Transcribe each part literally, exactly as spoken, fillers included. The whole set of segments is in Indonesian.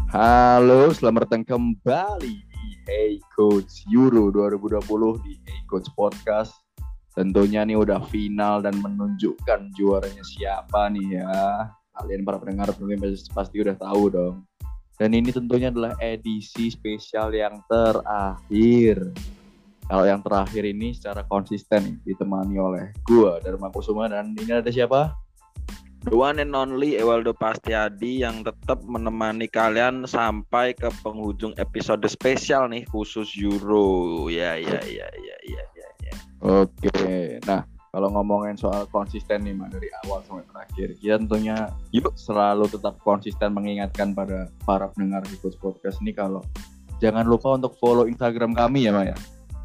Halo, selamat datang kembali di Hey Coach Euro dua ribu dua puluh di Hey Coach Podcast. Tentunya nih udah final dan menunjukkan juaranya siapa nih ya. Kalian para pendengar mungkin pasti udah tahu dong. Dan ini tentunya adalah edisi spesial yang terakhir. Kalau yang terakhir ini secara konsisten nih, ditemani oleh gua Dharma Kusuma, dan ini ada siapa? The one and only Ewaldo Pastiadi yang tetap menemani kalian sampai ke penghujung episode spesial nih khusus Euro. Ya ya ya ya ya ya. ya. Oke. Nah, kalau ngomongin soal konsisten nih Mak, dari awal sampai terakhir, kita tentunya Yuk. selalu tetap konsisten mengingatkan pada para pendengar Hikos Podcast ini kalau jangan lupa untuk follow Instagram kami ya Mak ya.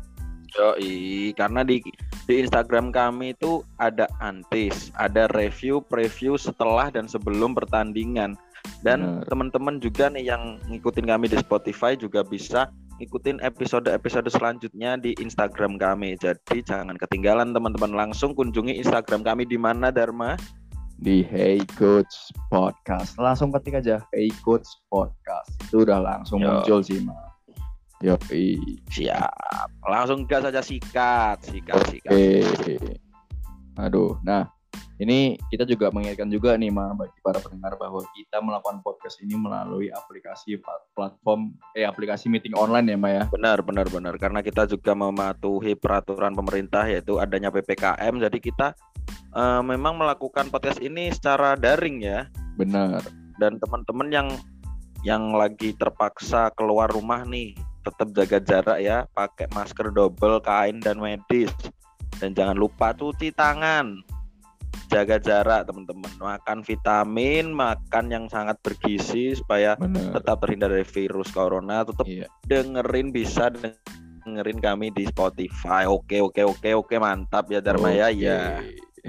Yoi, karena di di Instagram kami itu ada antis, ada review, preview setelah dan sebelum pertandingan. Dan Bener. teman-teman juga nih yang ngikutin kami di Spotify juga bisa ngikutin episode-episode selanjutnya di Instagram kami. Jadi jangan ketinggalan teman-teman, langsung kunjungi Instagram kami di mana Dharma? Di Hey Coach Podcast. Langsung ketik aja Hey Coach Podcast. Itu udah langsung Yo. muncul sih Mak. Yoi. Siap. Langsung gas saja sikat, sikat, sikat. Oke. Aduh, nah ini kita juga mengingatkan juga nih Ma, bagi para pendengar bahwa kita melakukan podcast ini melalui aplikasi platform eh aplikasi meeting online ya Ma ya. Benar, benar, benar. Karena kita juga mematuhi peraturan pemerintah yaitu adanya P P K M. Jadi kita uh, memang melakukan podcast ini secara daring ya. Benar. Dan teman-teman yang yang lagi terpaksa keluar rumah nih, tetap jaga jarak ya, pakai masker double, kain dan medis, dan jangan lupa cuci tangan, jaga jarak teman-teman, makan vitamin, makan yang sangat bergizi supaya Bener. tetap terhindar dari virus corona. Tetap iya. dengerin bisa dengerin kami di Spotify. Oke oke oke oke mantap ya Dharma ya ya.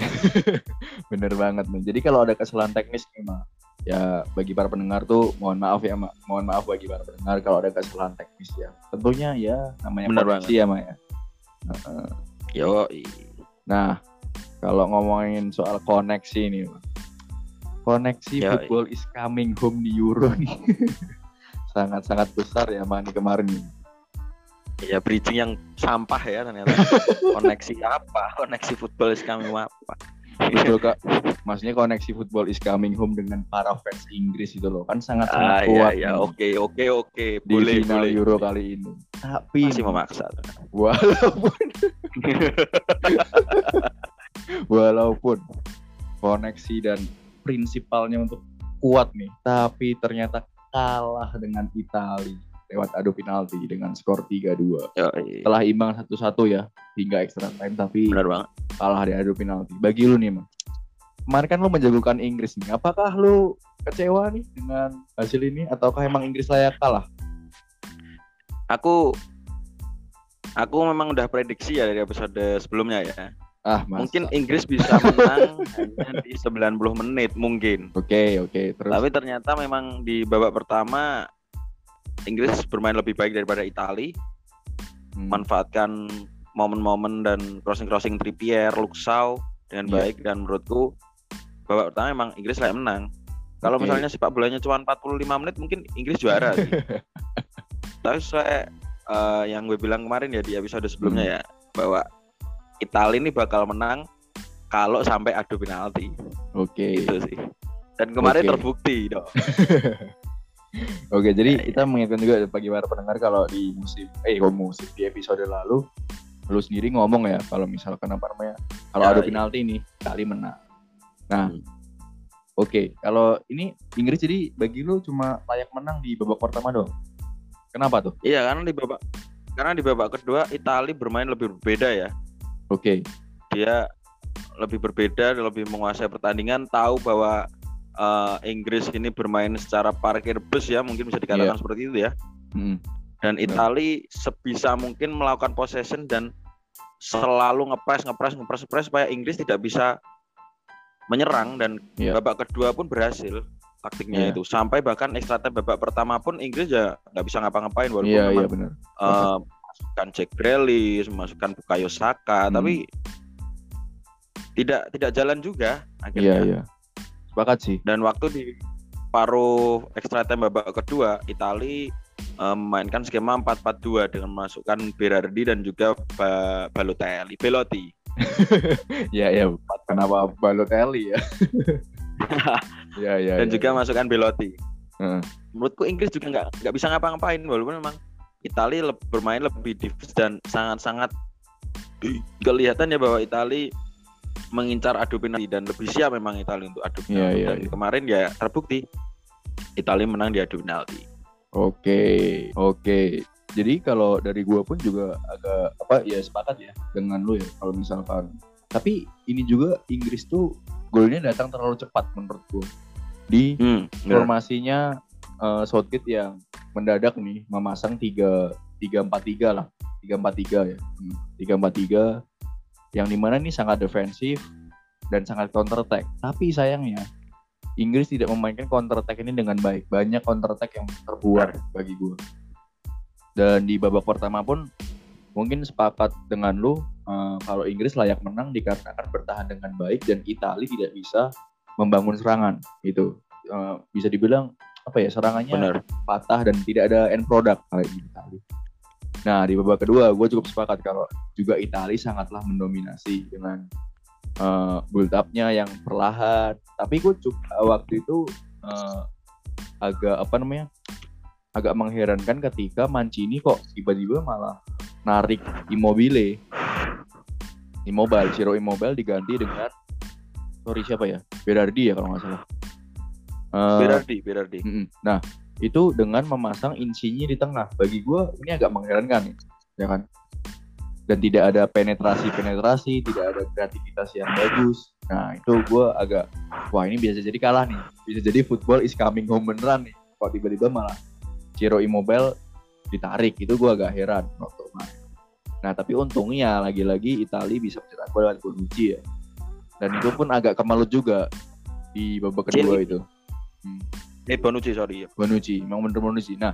Bener banget nih. Jadi kalau ada kesalahan teknis nih Ma, ya bagi para pendengar tuh mohon maaf ya Ma. Mohon maaf bagi para pendengar kalau ada kesalahan teknis ya. Tentunya ya namanya koneksi ya Ma ya. Uh, Yo. Nah, kalau ngomongin soal koneksi nih Ma. Koneksi Yo. football is coming home di Euro nih. Sangat-sangat besar ya Ma nih kemarin nih. Ya bridging yang sampah ya ternyata. Koneksi apa? Koneksi football is coming home apa? Betul Kak. Maksudnya koneksi football is coming home dengan para fans Inggris itu loh. Kan sangat-sangat ah, kuat. Iya, iya. Oke, oke, oke. Di boleh, final boleh. Euro kali ini. Tapi masih memaksa. Walaupun Walaupun koneksi dan prinsipalnya untuk kuat nih, tapi ternyata kalah dengan Italia lewat adu penalti dengan skor tiga dua. Setelah imbang satu satu ya hingga extra time, tapi benar banget kalah di adu penalti. Bagi lu nih Man, kemarin kan lu menjagokan Inggris nih, apakah lu kecewa nih dengan hasil ini ataukah emang Inggris layak kalah? Aku aku memang udah prediksi ya dari episode sebelumnya ya. Ah, masa. Mungkin Inggris bisa menang hanya di sembilan puluh menit mungkin. Oke, okay, oke, okay, terus. Tapi ternyata memang di babak pertama Inggris bermain lebih baik daripada Italia. Hmm. Manfaatkan momen-momen dan crossing-crossing Trippier, Luke Shaw dengan yeah. baik, dan menurutku babak pertama memang Inggris layak menang. Kalau okay. misalnya sepak bolanya cuma empat puluh lima menit mungkin Inggris juara sih. Tapi saya uh, yang gue bilang kemarin ya di episode sebelumnya hmm. ya, bahwa Italia ini bakal menang kalau sampai adu penalti. Oke. Okay. Gitu sih. Dan kemarin okay. terbukti dong. Oke, jadi kita mengingatkan juga bagi para pendengar kalau di musim eh kok musim di episode lalu lu sendiri ngomong ya kalau misalkan apa namanya kalau ya, adu penalti iya. nih kali menang. Nah, hmm. oke, okay. kalau ini Inggris jadi bagi lu cuma layak menang di babak pertama doang. Kenapa tuh? Iya, karena di babak karena di babak kedua Italia bermain lebih berbeda ya. Oke. Okay. Dia lebih berbeda, lebih menguasai pertandingan, tahu bahwa Uh, Inggris ini bermain secara parkir bus ya, mungkin bisa dikatakan yeah. seperti itu ya. Hmm. Dan Italia sebisa mungkin melakukan possession dan selalu ngepres, ngepres, ngepres, ngepres supaya Inggris tidak bisa menyerang, dan yeah. babak kedua pun berhasil taktiknya yeah. itu. Sampai bahkan extra time babak pertama pun Inggris ya nggak bisa ngapa-ngapain walaupun yeah, memang yeah, benar. Uh, masukkan Jack Grealish, masukkan Bukayo Saka, hmm. tapi tidak tidak jalan juga akhirnya. Yeah, yeah. Sepakat sih. Dan waktu di separuh extra time babak kedua, Italia uh, memainkan skema empat empat dua dengan memasukkan Berardi dan juga ba- Balotelli. Belotti. ya ya, kenapa Balotelli ya? ya ya. Dan ya, juga ya. masukkan Belotti. Uh. Menurutku Inggris juga nggak nggak bisa ngapa-ngapain walaupun memang Italia le- bermain lebih defense dan sangat-sangat kelihatan ya bahwa Italia mengincar adu penalti dan lebih siap memang Italia untuk adu penalti. Yeah, yeah, dan yeah. kemarin ya terbukti Italia menang di adu penalti. Oke, okay, oke. Okay. Jadi kalau dari gua pun juga agak apa ya sepakat ya dengan lu ya kalau misalkan. Tapi ini juga Inggris tuh golnya datang terlalu cepat menurut gua. Di hmm, formasinya uh, Southgate yang mendadak nih memasang tiga empat tiga lah. tiga empat tiga ya. tiga empat tiga yang dimana ini sangat defensif dan sangat counter attack. Tapi sayangnya Inggris tidak memainkan counter attack ini dengan baik. Banyak counter attack yang terbuat bagi gue. Dan di babak pertama pun mungkin sepakat dengan lu uh, kalau Inggris layak menang dikarenakan bertahan dengan baik dan Italia tidak bisa membangun serangan. Gitu. Uh, bisa dibilang apa ya serangannya Bener. patah dan tidak ada end product kayak di Italia. Nah di babak kedua gue cukup sepakat kalau juga Italia sangatlah mendominasi dengan uh, build up-nya yang perlahan. Tapi gue cukup waktu itu uh, agak apa namanya agak mengherankan ketika Mancini kok tiba-tiba malah narik Immobile, Immobile, Ciro Immobile diganti dengan sorry siapa ya Berardi ya kalau nggak salah. Uh, Berardi, Berardi. Nah itu dengan memasang Insigne di tengah. Bagi gue ini agak mengherankan nih, ya kan? Dan tidak ada penetrasi-penetrasi, tidak ada kreativitas yang bagus. Nah itu gue agak, wah ini bisa jadi kalah nih. Bisa jadi football is coming home beneran nih. Kok tiba-tiba malah Ciro Immobile ditarik, itu gue agak heran waktu main. Nah tapi untungnya lagi-lagi Italia bisa mencetak gol dengan Bonucci ya. Dan itu pun agak kemalut juga di babak kedua itu. Hmm. Eh Bonucci sorry ya. Bonucci, memang bener Bonucci. Nah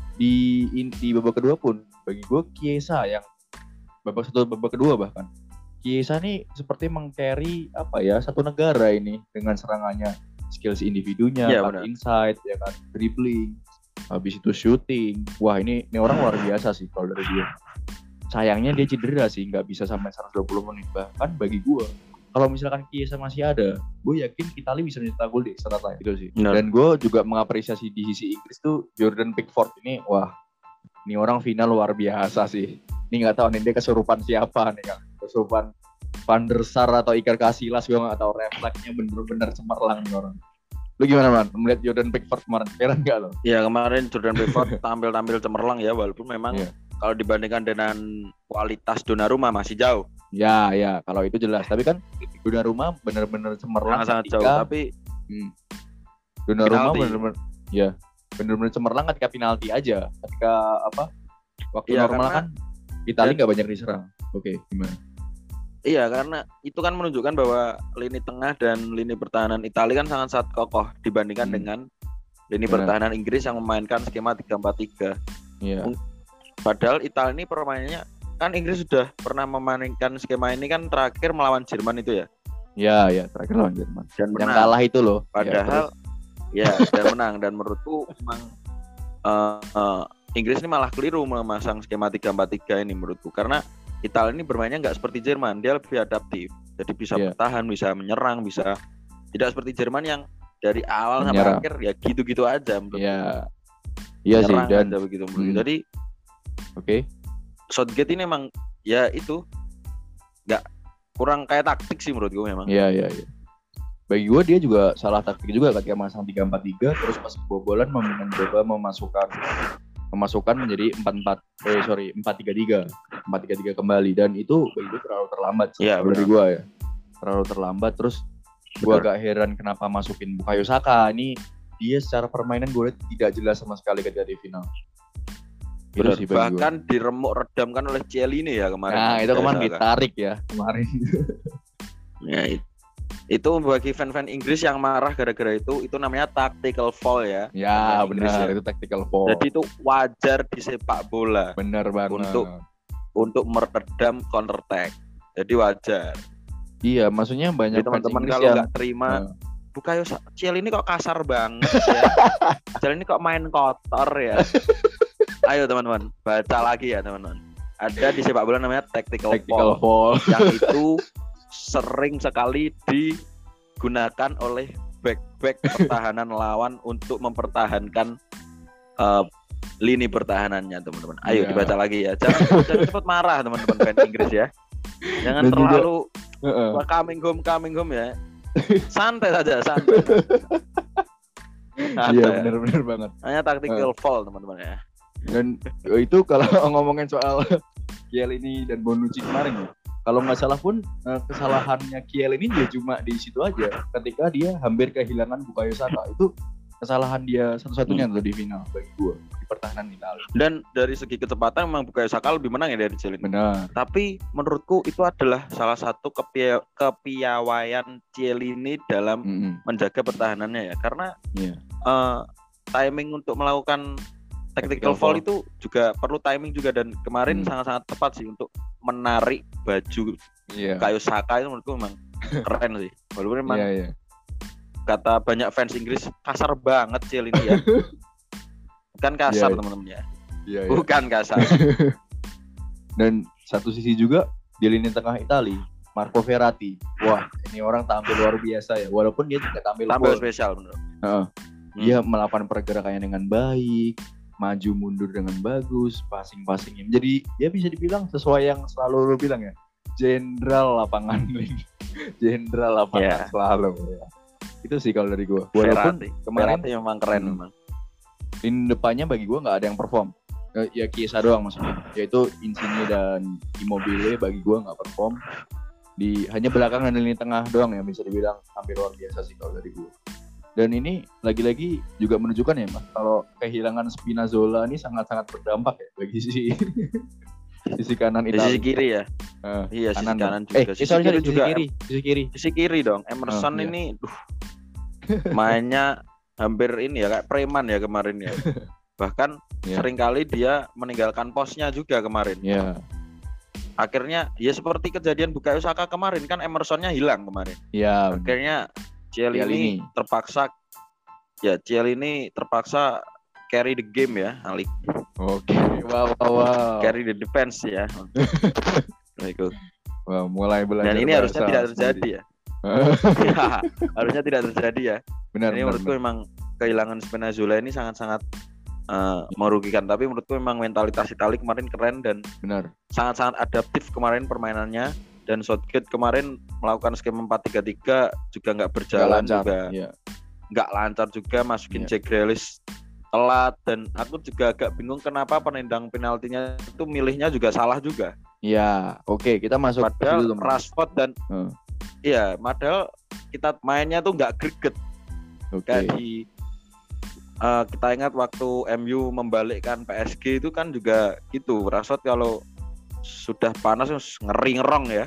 di di babak kedua pun bagi gue Chiesa yang babak satu babak kedua bahkan Chiesa nih seperti meng-carry apa ya satu negara ini dengan serangannya, skills individunya, ya, pass inside, ya kan, dribbling, habis itu shooting. Wah ini ini orang luar biasa sih kalau dari dia. Sayangnya dia cedera sih, nggak bisa sampai seratus dua puluh menit. Bahkan bagi gue kalau misalkan Chiesa masih ada, gue yakin Italia bisa mencetak gol di extra time gitu sih. Benar. Dan gue juga mengapresiasi di sisi Inggris tuh Jordan Pickford ini, wah, ini orang final luar biasa sih. Ini nggak tahu nih dia kesurupan siapa nih kan? Kesurupan Van der Sar atau Iker Casillas, gue nggak tahu, refleksnya bener-bener cemerlang nih orang. Lu gimana man? Melihat Jordan Pickford kemarin, keren nggak lo? Ya kemarin Jordan Pickford tampil-tampil cemerlang ya, walaupun memang yeah. kalau dibandingkan dengan kualitas Donnarumma masih jauh. Ya, ya, kalau itu jelas. Tapi kan Donnarumma benar-benar cemerlang sangat ketika, jauh. Tapi hmm, Donnarumma benar-benar, ya, benar-benar cemerlang ketika penalti aja. Ketika apa? Waktu ya, normal kan Italia nggak banyak diserang. Oke, gimana? Iya, karena itu kan menunjukkan bahwa lini tengah dan lini pertahanan Italia kan sangat-sangat kokoh dibandingkan hmm. dengan lini Benar. pertahanan Inggris yang memainkan skema tiga empat tiga. Iya. Padahal Italia ini permainannya kan Inggris sudah pernah memainkan skema ini kan terakhir melawan Jerman itu ya. Iya, ya, terakhir lawan Jerman. Dan yang menang. Kalah itu loh. Padahal ya, ya dan menang dan menurutku memang uh, uh, Inggris ini malah keliru memasang skema tiga empat tiga ini menurutku karena Italia ini bermainnya nggak seperti Jerman, dia lebih adaptif. Jadi bisa yeah. bertahan, bisa menyerang, bisa tidak seperti Jerman yang dari awal menyerang. sampai akhir ya gitu-gitu aja menurutku. Iya. Iya sih dan aja begitu menurutku. Hmm. Jadi oke. Okay. Southgate ini memang ya itu nggak kurang kayak taktik sih menurut gue memang. Iya iya iya. Bagi gue dia juga salah taktik juga ketika masang tiga empat tiga terus pas kebobolan mencoba memasukkan memasukkan menjadi empat empat eh sorry empat tiga tiga empat tiga tiga kembali dan itu bagi gue terlalu terlambat sih ya, dari gue ya. Terlalu terlambat terus gue agak heran kenapa masukin Bukayo Saka. Ini dia secara permainan gue tidak jelas sama sekali ketika di final. Benar, bahkan gue. diremuk redamkan oleh Chiellini ya kemarin. Nah itu kemarin ditarik ya kemarin. Ya itu, itu bagi fan-fan Inggris yang marah gara-gara itu, itu namanya tactical foul ya. Ya benar ya. Itu tactical foul. Jadi itu wajar di sepak bola. Benar banget. Untuk untuk meredam counter attack. Jadi wajar. Iya maksudnya banyak jadi teman-teman kalau nggak terima. Nah. Bukayo Ciel ini kok kasar banget ya. Ciel ini kok main kotor ya. Ayo teman-teman, baca lagi ya teman-teman. Ada di sepak bola namanya tactical, Tactical foul, foul. yang itu sering sekali digunakan oleh back-back pertahanan lawan untuk mempertahankan uh, lini pertahanannya teman-teman. Ayo yeah. dibaca lagi ya. Jangan jangan cepat marah teman-teman fans Inggris ya. Jangan Dan terlalu juga, uh-uh. coming home coming home ya. Santai saja, santai. Iya benar-benar banget. Hanya tactical uh. foul teman-teman ya. Dan itu kalau ngomongin soal Kiel ini dan Bonucci kemarin ya, kalau nggak salah pun kesalahannya Kiel ini dia cuma di situ aja ketika dia hampir kehilangan Bukayo Saka. Itu kesalahan dia satu-satunya hmm. tuh di final bagi gue di pertahanan Italia. Dan dari segi kecepatan memang Bukayo Saka lebih menang ya dari Chiellini. Benar. Tapi menurutku itu adalah salah satu kepi- kepiawaian Chiellini dalam mm-hmm. menjaga pertahanannya ya, karena yeah. uh, timing untuk melakukan tactical foul itu juga perlu timing juga, dan kemarin hmm. sangat-sangat tepat sih untuk menarik baju yeah. Bukayo Saka itu menurutku memang keren sih. Walaupun memang yeah, yeah. kata banyak fans Inggris kasar banget Ciel ini ya. Bukan kasar yeah, yeah. teman-teman ya. Yeah, yeah. Bukan kasar. Dan satu sisi juga di lini tengah Italia, Marco Verratti. Wah, ini orang tampil luar biasa ya. Walaupun dia tidak tampil tampil spesial benar. Uh, hmm. Dia melakukan pergerakannya dengan baik, maju mundur dengan bagus, passing-passingnya. Jadi dia bisa dibilang sesuai yang selalu lu bilang ya, jenderal lapangan link, jenderal lapangan yeah. selalu. Ya. Itu sih kalau dari gue. Walaupun Verratti. kemarin Verratti memang keren hmm, memang. Lini depannya bagi gue nggak ada yang perform. Ya Chiesa doang maksudnya. Yaitu Insigne dan Immobile bagi gue nggak perform. Di hanya belakang dan lini tengah doang yang bisa dibilang hampir luar biasa sih kalau dari gue. Dan ini lagi-lagi juga menunjukkan ya Mas, kalau kehilangan Spinazzola ini sangat-sangat berdampak ya bagi sisi sisi kanan Italia. Sisi kiri ya. Uh, iya, kanan sisi kanan dong. juga. Eh, sisi sorry, kiri sisi juga. Kiri. Sisi kiri. Sisi kiri dong. Emerson oh, ini, iya. duh, mainnya hampir ini ya kayak preman ya kemarin ya. Bahkan yeah. seringkali dia meninggalkan posnya juga kemarin. Iya. Yeah. Akhirnya ya seperti kejadian Bukayo Saka kemarin kan, Emersonnya hilang kemarin. Iya. Yeah. Akhirnya Ciellini terpaksa ya Ciellini terpaksa carry the game ya, Alik. Oke, okay. wow, wow, wow. Carry the defense ya. Baik. Wow, mulai belajar. Dan ini harusnya tidak terjadi ya. Ya. Harusnya tidak terjadi ya. Benar. Ini benar, menurutku benar. memang kehilangan Spinazzola ini sangat-sangat uh, merugikan. Tapi menurutku memang mentalitas Italia kemarin keren dan benar. Sangat-sangat adaptif kemarin permainannya. Dan Southgate kemarin melakukan skema empat tiga tiga juga nggak berjalan, gak juga iya. nggak lancar juga, masukin iya. Jack Grealish telat, dan aku juga agak bingung kenapa penendang penaltinya itu milihnya juga salah juga. Iya, oke okay, kita masuk. Padahal Rashford dan hmm. iya, padahal kita mainnya tuh nggak greget. Okay. Di uh, kita ingat waktu M U membalikkan P S G itu kan juga gitu, Rashford kalau sudah panas ngeri ngerong ya.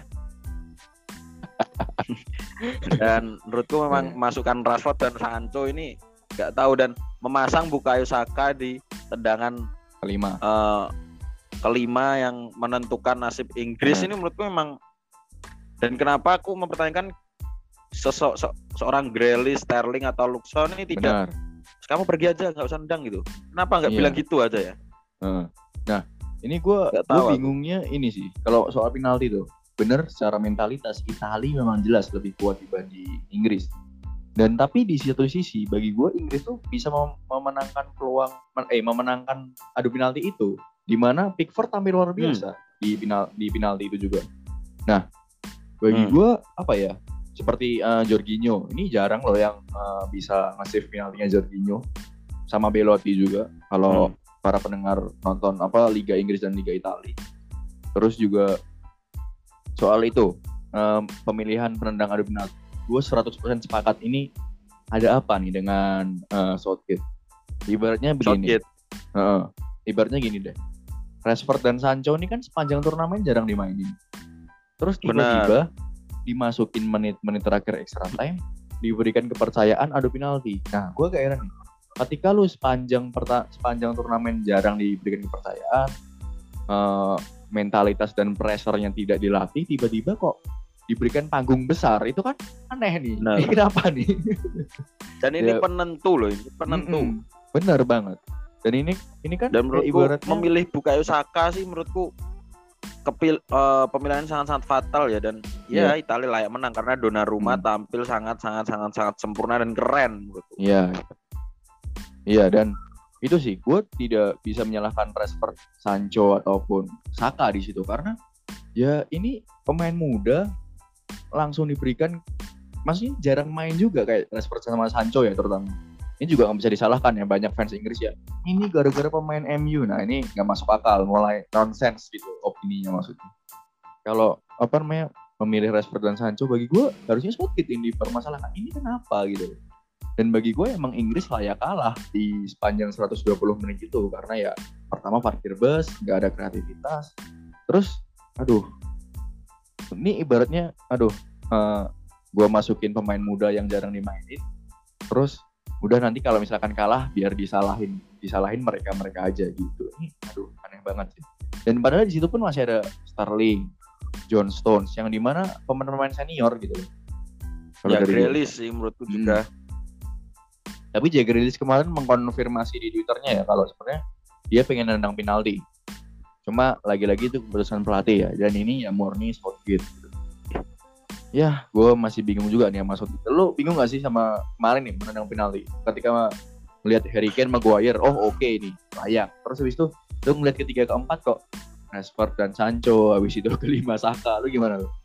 Dan menurutku memang yeah. masukan Rashford dan Sancho ini nggak tahu, dan memasang Bukayo Saka di tendangan kelima uh, kelima yang menentukan nasib Inggris yeah. ini menurutku memang. Dan kenapa aku mempertanyakan sesok se- seorang Grealish, Sterling atau Luxon ini tidak. Benar. Kamu pergi aja, nggak usah nendang gitu. Kenapa nggak yeah. bilang gitu aja ya? Uh. Nah. Ini gue bingungnya ini sih, kalau soal penalti tuh, bener secara mentalitas Italia memang jelas lebih kuat dibanding Inggris. Dan tapi di satu sisi bagi gue Inggris tuh bisa mem- memenangkan peluang, eh memenangkan adu penalti itu, di mana Pickford tampil luar biasa hmm. di final di penalti itu juga. Nah, bagi hmm. gue apa ya, seperti uh, Jorginho, ini jarang loh yang uh, bisa nge-save penaltinya Jorginho, sama Belotti juga. Kalau hmm. para pendengar nonton apa Liga Inggris dan Liga Italia. Terus juga soal itu um, pemilihan penendang adu penalti, gue seratus persen sepakat. Ini ada apa nih dengan uh, Southgate? Ibaratnya begini. Southgate. Uh, ibaratnya gini deh. Rashford dan Sancho ini kan sepanjang turnamen jarang dimainin. Terus tiba-tiba Benar. dimasukin menit-menit terakhir extra time, diberikan kepercayaan adu penalti. Nah, gue gak heran nih. Ketika lu sepanjang perta- sepanjang turnamen jarang diberikan kepercayaan, uh, mentalitas dan pressure-nya tidak dilatih, tiba-tiba kok diberikan panggung besar, itu kan aneh nih. Nah. Ini kenapa nih? Dan ini Ya. penentu loh, ini penentu. Mm-mm. Bener banget. Dan ini ini kan Dan kayak menurutku ibaratnya memilih Bukayo Saka sih menurutku kepil uh, pemilihan sangat-sangat fatal ya, dan ya Iya. Italia layak menang karena Donnarumma Hmm. tampil sangat-sangat sangat-sangat sempurna dan keren menurutku. Iya. Iya, dan itu sih gue tidak bisa menyalahkan Rashford, Sancho ataupun Saka di situ karena ya ini pemain muda langsung diberikan, maksudnya jarang main juga kayak Rashford sama Sancho ya terutama. Ini juga nggak bisa disalahkan ya, banyak fans Inggris ya. Ini gara-gara pemain M U, nah ini nggak masuk akal, mulai nonsense gitu opininya maksudnya. Kalau apa namanya memilih Rashford dan Sancho, bagi gue harusnya Southgate yang dipermasalahkan. Ini kenapa gitu? Dan bagi gue emang Inggris layak kalah di sepanjang seratus dua puluh menit itu karena ya pertama parkir bus, nggak ada kreativitas. Terus, aduh, ini ibaratnya, aduh, uh, gue masukin pemain muda yang jarang dimainin. Terus, udah nanti kalau misalkan kalah biar disalahin, disalahin mereka mereka aja gitu. Ini, aduh, aneh banget sih. Dan padahal di situ pun masih ada Sterling, John Stones, yang dimana pemain-pemain senior gitu. Ya Grealish sih menurutku hmm. juga. Tapi Jack Grealish kemarin mengkonfirmasi di Twitternya ya kalau sebenarnya dia pengen nendang penalti. Cuma lagi-lagi itu keputusan pelatih ya. Dan ini ya murni Southgate. Ya, gue masih bingung juga nih sama Southgate. Lo bingung gak sih sama kemarin nih menendang penalti? Ketika melihat Harry Kane, Maguire, oh oke okay nih, layak. Terus habis itu lo ngeliat ketiga keempat kok Rashford dan Sancho, habis itu kelima Saka. Lo gimana lo?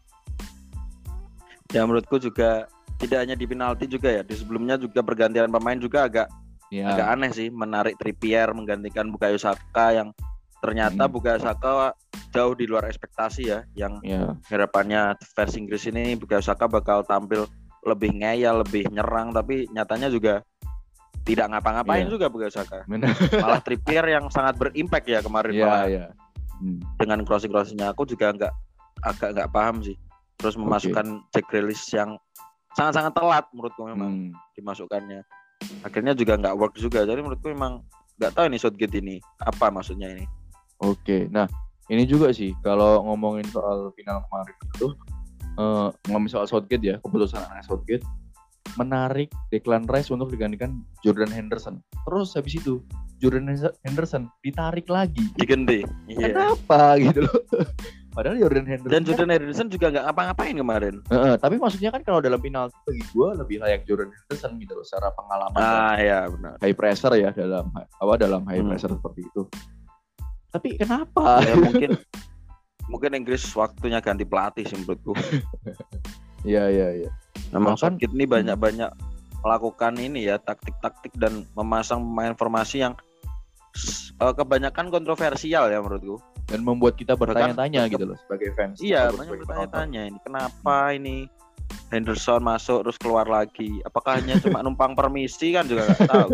Ya menurutku juga tidak hanya di penalti juga ya, di sebelumnya juga pergantian pemain juga agak ya. agak aneh sih, menarik Trippier menggantikan Bukayo Saka yang ternyata hmm. Bukayo Saka jauh di luar ekspektasi ya, yang ya. harapannya versi Inggris ini Bukayo Saka bakal tampil lebih ngeyel, lebih nyerang, tapi nyatanya juga tidak ngapa-ngapain ya. juga Bukayo Saka. Malah Trippier yang sangat berimpact ya kemarin ya, malah ya. Hmm. dengan crossing-crossingnya. Aku juga agak agak nggak paham sih. Terus memasukkan okay. Jack Grealish yang sangat-sangat telat menurutku memang hmm. dimasukkannya. Akhirnya juga nggak work juga. Jadi menurutku memang nggak tahu ini Southgate ini apa maksudnya ini. Oke, okay. Nah ini juga sih kalau ngomongin soal final kemarin itu, uh, ngomongin soal Southgate ya, keputusan anak Southgate menarik Declan Rice untuk digantikan Jordan Henderson. Terus habis itu Jordan Henderson ditarik lagi. Diganti. Kenapa yeah. gitu loh? Padahal Jordan Henderson dan Jordan Henderson juga nggak apa-ngapain kemarin. Uh, uh, tapi maksudnya kan kalau dalam penalti bagi gue lebih layak Jordan Henderson gitu loh, secara pengalaman. Ah ya benar. High pressure ya dalam apa dalam high hmm. pressure seperti itu. Tapi kenapa? Ya mungkin mungkin Inggris waktunya ganti pelatih sih menurutku. Iya iya iya. Memang Southgate ini banyak-banyak melakukan ini ya taktik-taktik dan memasang pemain formasi yang uh, kebanyakan kontroversial ya menurutku. Dan membuat kita bertanya-tanya Bahkan, gitu loh sebagai fans. Iya, banyak bertanya-tanya ini kenapa ini Henderson masuk terus keluar lagi. Apakah hanya cuma numpang permisi kan juga nggak tahu.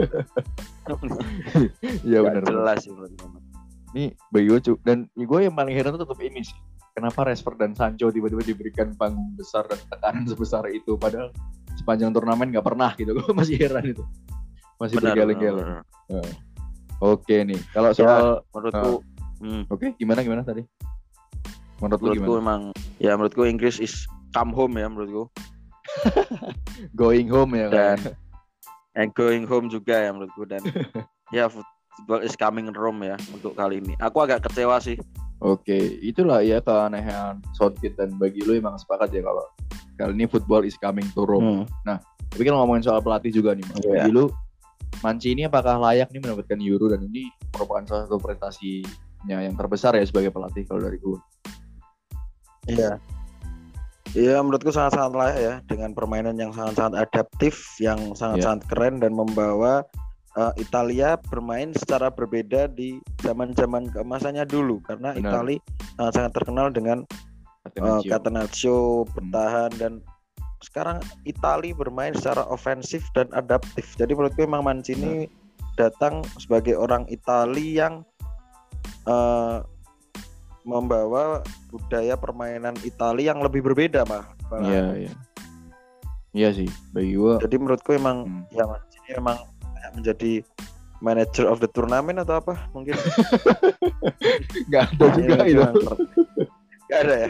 Iya benar. Jelas sih menurutku. Ini bagi gue dan gue yang paling heran tuh tetap ini sih. Kenapa Rashford dan Sancho tiba-tiba diberikan panggung besar dan tekanan sebesar itu padahal sepanjang turnamen nggak pernah gitu. Gue masih heran itu. Masih bergeleng-geleng. Nah. Oke nih, kalau soal ya, menurutku uh, Hmm. Oke, okay, gimana gimana tadi? Menurut lu menurutku memang ya menurutku Inggris is come home ya menurutku. Going home ya dan kan? And going home juga ya menurutku dan ya football is coming Rome ya untuk kali ini. Aku agak kecewa sih. Oke, okay, itulah ya keanehan Southgate dan bagi lu emang sepakat ya kalau kali ini football is coming to Rome. Hmm. Nah, tapi kalau ngomongin soal pelatih juga nih, Mas. Yeah. Bagi lu Mancini apakah layak nih mendapatkan Euro dan ini merupakan salah satu prestasi yang terbesar ya sebagai pelatih kalau dari gue. Iya. Iya menurutku sangat-sangat layak ya dengan permainan yang sangat-sangat adaptif, yang sangat-sangat yeah. keren dan membawa uh, Italia bermain secara berbeda di zaman-zaman keemasannya dulu karena Benar. Italia sangat-sangat terkenal dengan uh, Catenaccio bertahan hmm. dan sekarang Italia bermain secara ofensif dan adaptif. Jadi menurutku memang Mancini Benar. datang sebagai orang Italia yang Uh, membawa budaya permainan Italia yang lebih berbeda mah. Iya iya. Iya sih bagi gua. Jadi menurutku emang hmm. ya Mancini emang menjadi manager of the tournament atau apa mungkin. Gak ada juga itu. Gak ada ya.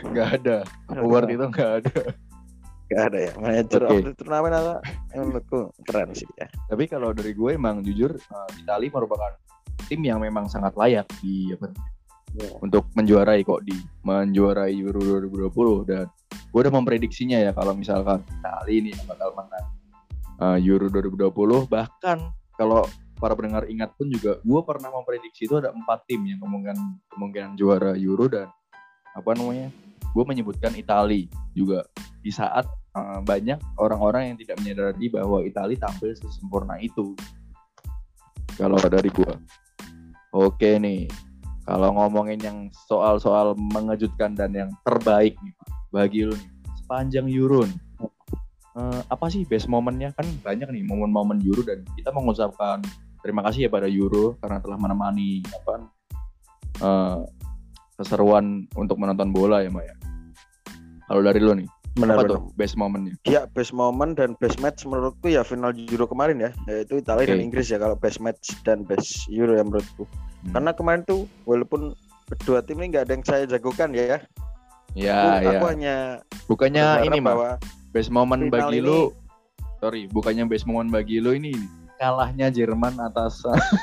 Nggak ada. Award itu nggak ada. Nggak ada ya. Manager Oke. of the turnamen apa? Menurutku keren sih ya. Tapi kalau dari gue emang jujur uh, Italia merupakan tim yang memang sangat layak di apa, Ya. untuk menjuarai kok di menjuarai Euro dua ribu dua puluh, dan gue udah memprediksinya ya kalau misalkan Italia ini yang bakal menang uh, Euro dua ribu dua puluh. Bahkan kalau para pendengar ingat pun juga gue pernah memprediksi itu ada empat tim yang kemungkinan kemungkinan juara Euro, dan apa namanya gue menyebutkan Italia juga di saat uh, banyak orang-orang yang tidak menyadari bahwa Italia tampil sesempurna itu. Kalau dari gue, oke nih. Kalau ngomongin yang soal-soal mengejutkan dan yang terbaik nih bagi lu nih sepanjang Euro nih, uh, apa sih best momennya? Kan banyak nih momen-momen Euro, dan kita mengucapkan terima kasih ya pada Euro karena telah menemani apa uh, keseruan untuk menonton bola ya, Mbak ya. Kalau dari lu nih, Benar, apa tuh best momennya? Ya, best moment dan best match menurutku ya final Euro kemarin ya, yaitu Italia Okay. dan Inggris ya kalau best match dan best Euro ya menurutku. Hmm. Karena kemarin tuh walaupun kedua tim ini nggak ada yang saya jagokan ya. Ya, aku, ya. aku hanya bukannya ini mah best moment bagi ini... lu. Sorry, bukannya best moment bagi lu ini kalahnya Jerman atas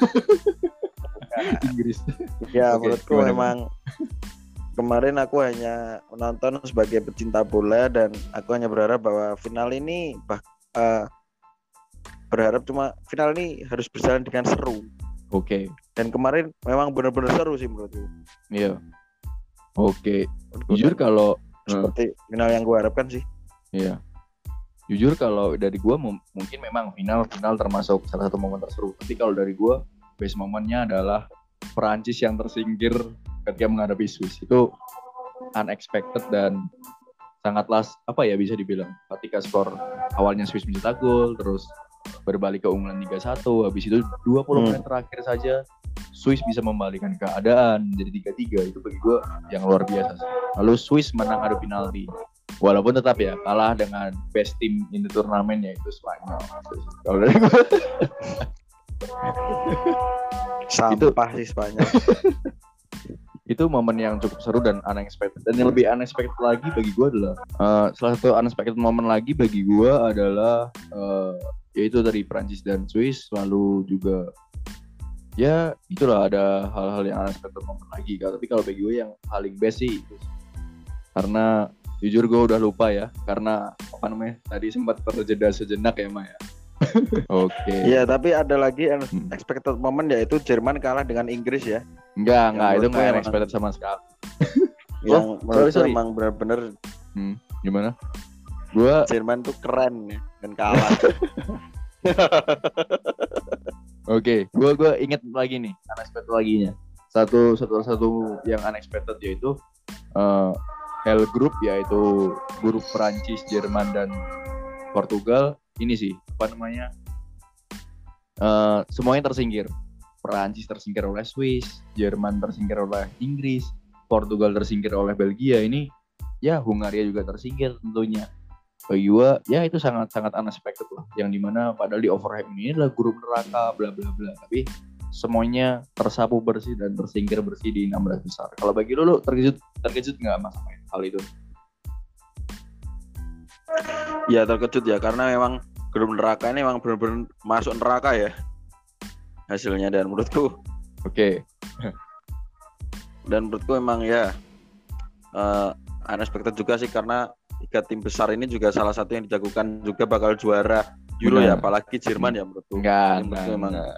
Inggris. Ya, okay, menurutku gimana, memang kemarin aku hanya menonton sebagai pecinta bola, dan aku hanya berharap bahwa final ini bah, uh, berharap cuma final ini harus berjalan dengan seru. Oke. Okay. Dan kemarin memang benar-benar seru sih menurutku. Iya. Oke. Okay. Jujur kalau seperti uh, final yang gue harapkan sih. Iya. Jujur kalau dari gue m- mungkin memang final-final termasuk salah satu momen terseru. Tapi kalau dari gue best momennya adalah Perancis yang tersingkir ketika menghadapi Swiss. Itu unexpected dan sangatlah apa ya bisa dibilang. Ketika skor awalnya Swiss mencetak gol, terus berbalik keunggulan tiga satu, habis itu dua puluh hmm. menit terakhir saja Swiss bisa membalikan keadaan jadi tiga tiga. Itu bagi gue yang luar biasa sih. Lalu Swiss menang adu penalti, walaupun tetap ya kalah dengan best team in the turnamen yaitu Spanyol. Kalau dari gue sampah sih Spanyol. Itu momen yang cukup seru dan unexpected. Dan yang lebih unexpected lagi bagi gue adalah uh, salah satu unexpected momen lagi bagi gue adalah uh, yaitu dari Prancis dan Swiss. Lalu juga ya itulah ada hal-hal yang unexpected momen lagi. Tapi kalau bagi gue yang paling best sih itu, karena jujur gue udah lupa ya, karena apa namanya tadi sempat terjeda sejenak ya Maya. Oke. Okay. Iya, tapi ada lagi unexpected hmm. moment yaitu Jerman kalah dengan Inggris ya. Enggak, enggak, itu enggak unexpected sama sekali. Yang oh, menurut sorry, sorry. Emang benar-benar hmm, gimana? Gua Jerman tuh keren ya dan kalah. Oke, okay, gua gua inget lagi nih, unexpected laginya. Satu satu satu yang unexpected yaitu uh, Hell Group, yaitu grup Perancis, Jerman dan Portugal. Ini sih apa namanya uh, semuanya tersingkir. Perancis tersingkir oleh Swiss, Jerman tersingkir oleh Inggris, Portugal tersingkir oleh Belgia. Ini ya Hungaria juga tersingkir tentunya. Bagi gua ya itu sangat-sangat unexpected lah, yang dimana padahal di overhype ini adalah grup neraka bla bla bla, tapi semuanya tersapu bersih dan tersingkir bersih di enam belas besar. Kalau bagi lu, lu terkejut terkejut nggak mas sama hal itu? Ya terkejut ya, karena memang grup neraka ini memang benar-benar masuk neraka ya hasilnya, dan menurutku oke okay. dan menurutku memang ya uh, unexpected juga sih, karena tiga tim besar ini juga salah satu yang dijagokan juga bakal juara Euro ya, apalagi Jerman ya menurutku. Enggak, menurutku enggak, memang enggak.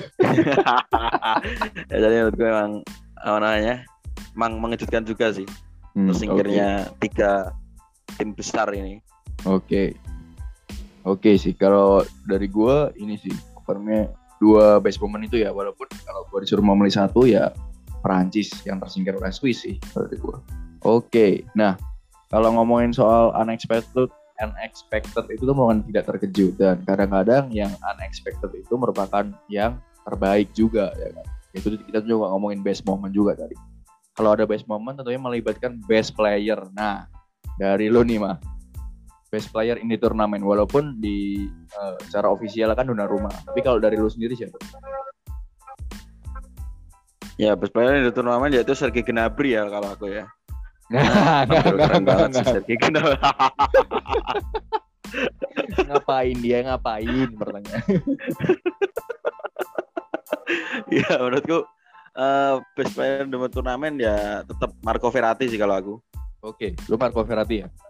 Ya, jadi menurutku memang apa namanya memang mengejutkan juga sih hmm, tersingkirnya okay. tiga tim besar ini. Oke, okay. oke okay sih. Kalau dari gue ini sih, namanya dua best moment itu ya. Walaupun kalau gue disuruh memilih satu ya Perancis yang tersingkir oleh Swiss sih dari gue. Oke, okay. Nah kalau ngomongin soal unexpected, unexpected itu tuh bukan tidak terkejut, dan kadang-kadang yang unexpected itu merupakan yang terbaik juga ya kan. Itu kita juga ngomongin best moment juga tadi. Kalau ada best moment tentunya melibatkan best player. Nah dari lu nih mah, best player in the turnamen, walaupun di uh, secara ofisial kan Donnarumma, tapi kalau dari lu sendiri siapa? Ya best player in the turnamen yaitu Serge Gnabry ya kalau aku ya. Nah, Tampil keren banget sih Sergei Gnabry. Ngapain dia ngapain pertanyaan. Ya menurutku uh, best player di turnamen ya tetap Marco Verratti sih kalau aku. Oke, lu Marco Verratti ya?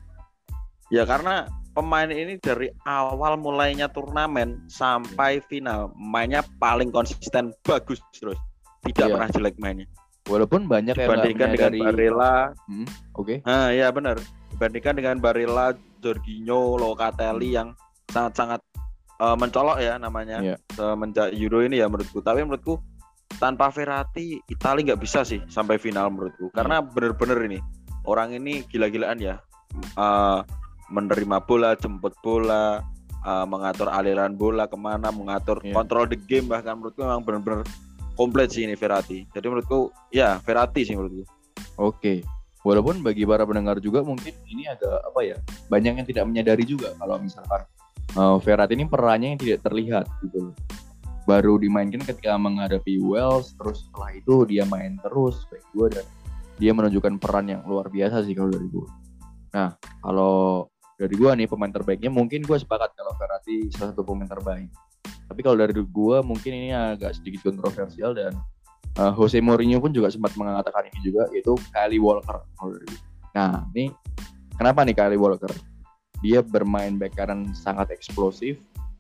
Ya karena pemain ini dari awal mulainya turnamen sampai final mainnya paling konsisten, bagus terus, tidak Iya. pernah jelek mainnya. Walaupun banyak yang dibandingkan dengan dari... Barella, hmm, oke. Okay. Nah ya benar. Dibandingkan dengan Barella, Jorginho, Locatelli yang sangat-sangat uh, mencolok ya namanya yeah. semenjak Euro ini ya menurutku. Tapi menurutku tanpa Verratti Italia nggak bisa sih sampai final menurutku. Karena yeah. benar-benar ini orang ini gila-gilaan ya. Uh, menerima bola, jemput bola, uh, mengatur aliran bola kemana, mengatur yeah. kontrol the game, bahkan menurutku memang benar-benar komplit sih ini Verratti. Jadi menurutku ya Verratti sih menurutku. Oke. Okay. Walaupun bagi para pendengar juga mungkin ini agak apa ya, banyak yang tidak menyadari juga kalau misalkan uh, Verratti ini perannya yang tidak terlihat gitu. Baru dimainkan ketika menghadapi Wales, terus setelah itu dia main terus baik gue, dan dia menunjukkan peran yang luar biasa sih kalau dari gue. Nah, kalau dari gue nih pemain terbaiknya mungkin gue sepakat kalau Verratti salah satu pemain terbaik. Tapi kalau dari gue mungkin ini agak sedikit kontroversial, dan uh, Jose Mourinho pun juga sempat mengatakan ini juga, yaitu Kyle Walker. Nah, ini kenapa nih Kyle Walker? Dia bermain back kanan sangat eksplosif.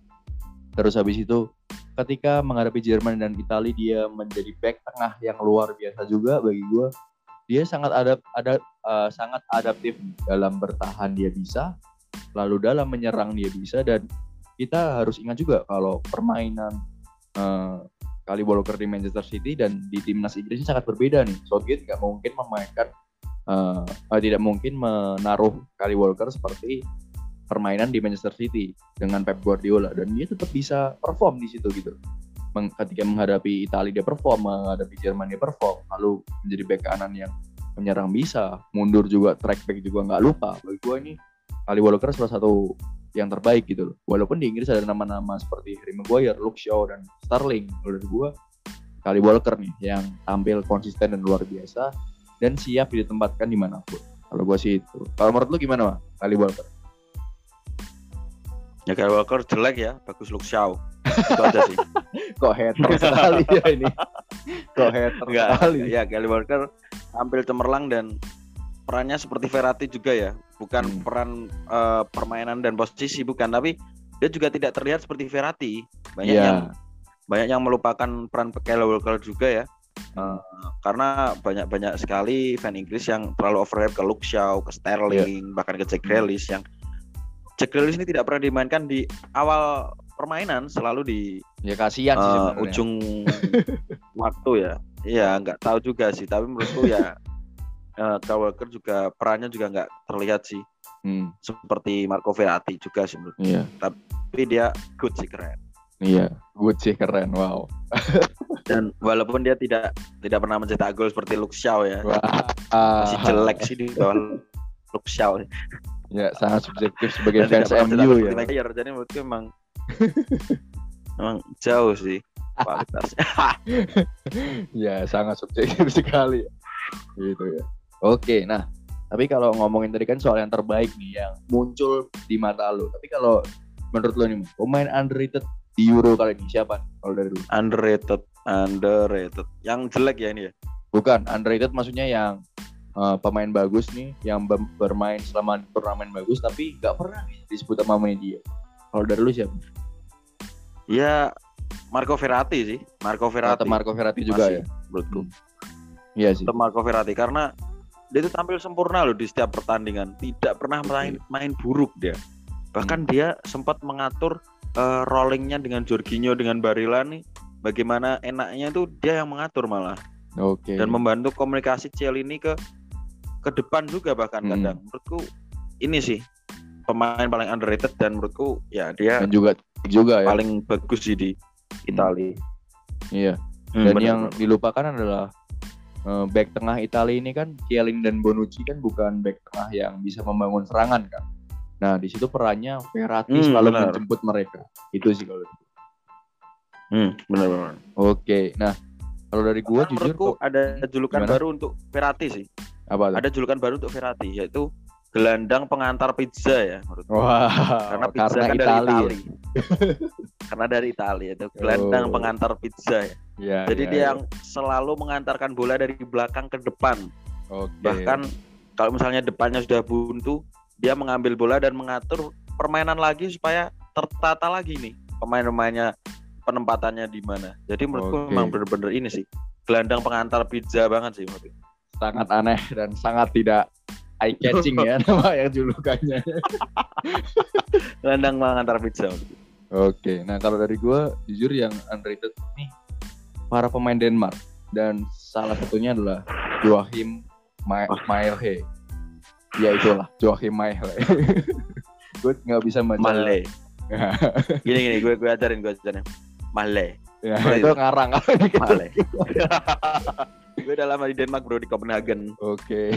Terus habis itu ketika menghadapi Jerman dan Italia dia menjadi back tengah yang luar biasa juga bagi gue. Dia sangat adap, adap, uh, sangat adaptif dalam bertahan dia bisa, lalu dalam menyerang dia bisa, dan kita harus ingat juga kalau permainan uh, Kyle Walker di Manchester City dan di timnas Inggris ini sangat berbeda nih. Southgate nggak mungkin memainkan, uh, uh, tidak mungkin menaruh Kyle Walker seperti permainan di Manchester City dengan Pep Guardiola, dan dia tetap bisa perform di situ gitu. Ketika menghadapi Italia dia perform, menghadapi Jerman dia perform, lalu menjadi back kanan yang menyerang bisa, mundur juga, track back juga nggak lupa. Bagi gue ini Kyle Walker salah satu yang terbaik gitu loh. Walaupun di Inggris ada nama-nama seperti Harry Maguire, Luke Shaw, dan Sterling, menurut gue Kyle Walker nih yang tampil konsisten dan luar biasa dan siap ditempatkan dimanapun. Kalau gue sih itu. Kalau menurut lu gimana, Kyle Walker? Ya Kyle Walker jelek ya, bagus Luke Shaw. Itu aja sih. Kok hater sekali ya ini. Kok hater Enggak, sekali. Ya Kyle Walker tampil cemerlang dan perannya seperti Verratti juga ya. Bukan hmm. peran uh, permainan dan posisi bukan, tapi dia juga tidak terlihat seperti Verratti. Banyak yeah. yang banyak yang melupakan peran Kyle Walker juga ya. Uh, karena banyak-banyak sekali fan Inggris yang terlalu overhype ke Luke Shaw, ke Sterling, yeah. bahkan ke Jack Grealish yang Jack Grealish ini tidak pernah dimainkan di awal permainan, selalu di ya kasihan sih uh, ujung waktu ya. Iya, nggak tahu juga sih. Tapi menurutku ya uh, Kyle Walker juga perannya juga nggak terlihat sih. Hmm. Seperti Marco Verratti juga sih menurutku. Iya. Tapi dia good sih, keren. Iya, good sih, keren. Wow. Dan walaupun dia tidak tidak pernah mencetak gol seperti Luke Shaw ya. Wah. Masih jelek sih di bawah Luke Shaw. Ya, sangat subjektif sebagai fans M U ya. Maguire, jadi menurutku memang memang jauh sih kualitasnya. Ya, sangat subjektif sekali. Gitu ya. Oke, nah, tapi kalau ngomongin tadi kan soal yang terbaik nih yang muncul di mata lo. Tapi kalau menurut lo nih, pemain underrated di Euro kali ini siapa? Kalau dari dulu. Underrated, underrated. Yang jelek ya ini ya? Bukan, underrated maksudnya yang Uh, pemain bagus nih yang bermain selama turnamen bagus tapi nggak pernah nih disebut sama media. Kalau dari lu siapa? Ya Marco Verratti sih. Marco Verratti. Atau Marco Verratti juga masih, ya. Menurutku. Iya sih. Atau Marco Verratti karena dia itu tampil sempurna loh di setiap pertandingan. Tidak pernah main main buruk dia. Bahkan hmm. dia sempat mengatur uh, rollingnya dengan Jorginho, dengan Barella nih. Bagaimana enaknya itu dia yang mengatur malah. Oke. Okay. Dan membantu komunikasi Chiellini ke ke depan juga bahkan hmm. kadang. Menurutku ini sih pemain paling underrated dan menurutku ya dia dan juga juga paling ya. Bagus sih di Italia. Hmm. Iya. Dan hmm, yang benar. Dilupakan adalah uh, back tengah Italia ini kan Chiellini dan Bonucci kan bukan back tengah yang bisa membangun serangan kan. Nah, di situ perannya Verratti hmm, selalu benar. Menjemput mereka. Itu sih kalau itu. Hmm, benar-benar. Oke. Nah, kalau dari gua jujur kok ada julukan gimana? Baru untuk Verratti sih. Apa tuh? Ada julukan baru untuk Verratti, yaitu gelandang pengantar pizza ya menurutku. Wah, Karena pizza karena kan dari Itali. Itali. Karena dari Italia itu gelandang Oh. pengantar pizza ya. Ya, Jadi ya, dia ya. yang selalu mengantarkan bola dari belakang ke depan. Oke. Bahkan kalau misalnya depannya sudah buntu, dia mengambil bola dan mengatur permainan lagi supaya tertata lagi nih pemain-pemainnya, penempatannya di mana. Jadi menurutku Oke. memang benar-benar ini sih gelandang pengantar pizza banget sih menurutku. Sangat aneh dan sangat tidak eye catching ya nama yang julukannya. Gelandang pengantar pizza. Oke, nah kalau dari gue jujur yang underrated nih para pemain Denmark dan salah satunya adalah Joachim Ma- Maihle. Ya itulah Joachim Maihle. Gue nggak bisa baca. Mahle. Gini gini gue gue ajarin gue ajarin. Mahle. Ya, Boleh itu itu? ngarang. Mahle. Gue udah lama di Denmark bro, di Copenhagen. Oke.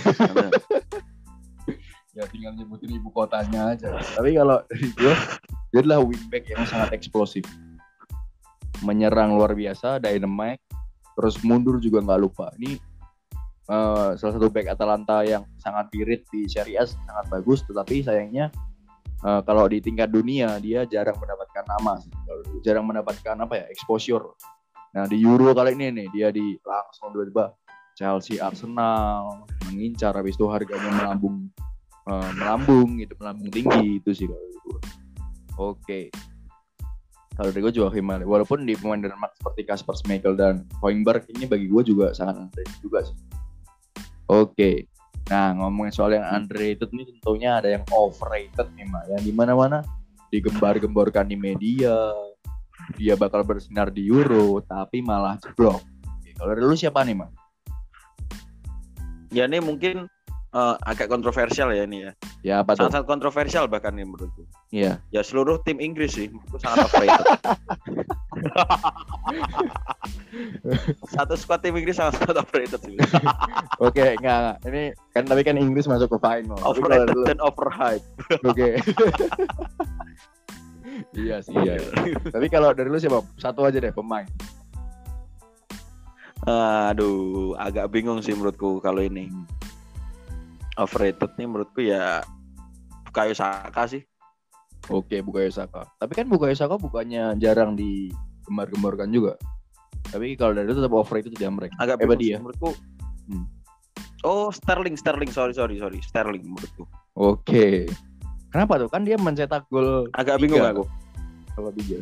Ya tinggal nyebutin ibu kotanya aja. Tapi kalau dari gue, dia adalah wingback yang sangat eksplosif. Menyerang luar biasa, dynamite, terus mundur juga nggak lupa. Ini uh, salah satu back Atalanta yang sangat pirit di Serie A, sangat bagus. Tetapi sayangnya uh, kalau di tingkat dunia dia jarang mendapatkan nama, jarang mendapatkan apa ya exposure. Nah di Euro kali ini nih dia di langsung tiba-tiba Chelsea, Arsenal mengincar, habis itu harganya melambung. Uh, melambung gitu, melambung tinggi itu sih kalau gue. Oke. Kalau dari gue Joachim Maihle, walaupun di pemain Denmark seperti Kasper Schmeichel dan Højbjerg ini bagi gue juga sangat underrated juga sih. Oke. Nah ngomongin soal yang underrated nih tentunya ada yang overrated nih Mak, yang dimana-mana digembar-gemborkan di media, dia bakal bersinar di Euro tapi malah jeblok. Oke, kalau dari lu siapa nih Mak? Ya ini mungkin Uh, agak kontroversial ya ini ya. Ya apa tuh? Sangat-sangat kontroversial bahkan ini menurutku. Iya. Ya seluruh tim Inggris sih menurutku sangat overrated. Satu squad tim Inggris sangat-sangat overrated sih. Oke, enggak, enggak. Ini kan tapi kan Inggris masuk ke final. Overrated dan overhyped. Oke. Iya sih, iya. Tapi kalau dari lu siapa? Satu aja deh pemain. Aduh, agak bingung sih menurutku kalau ini. Overrated nih menurutku ya Bukayo Saka sih. Oke, Bukayo Saka. Tapi kan Bukayo Saka bukannya jarang digembar-gemborkan juga. Tapi kalau dari itu tetap overrated itu jamrek. Agak Hebat bingung sih dia. menurutku. Hmm. Oh, Sterling, Sterling, sorry, sorry, sorry, Sterling menurutku. Oke. Kenapa tuh? Kan dia mencetak gol. Agak bingung tiga. aku. Kalau tiga.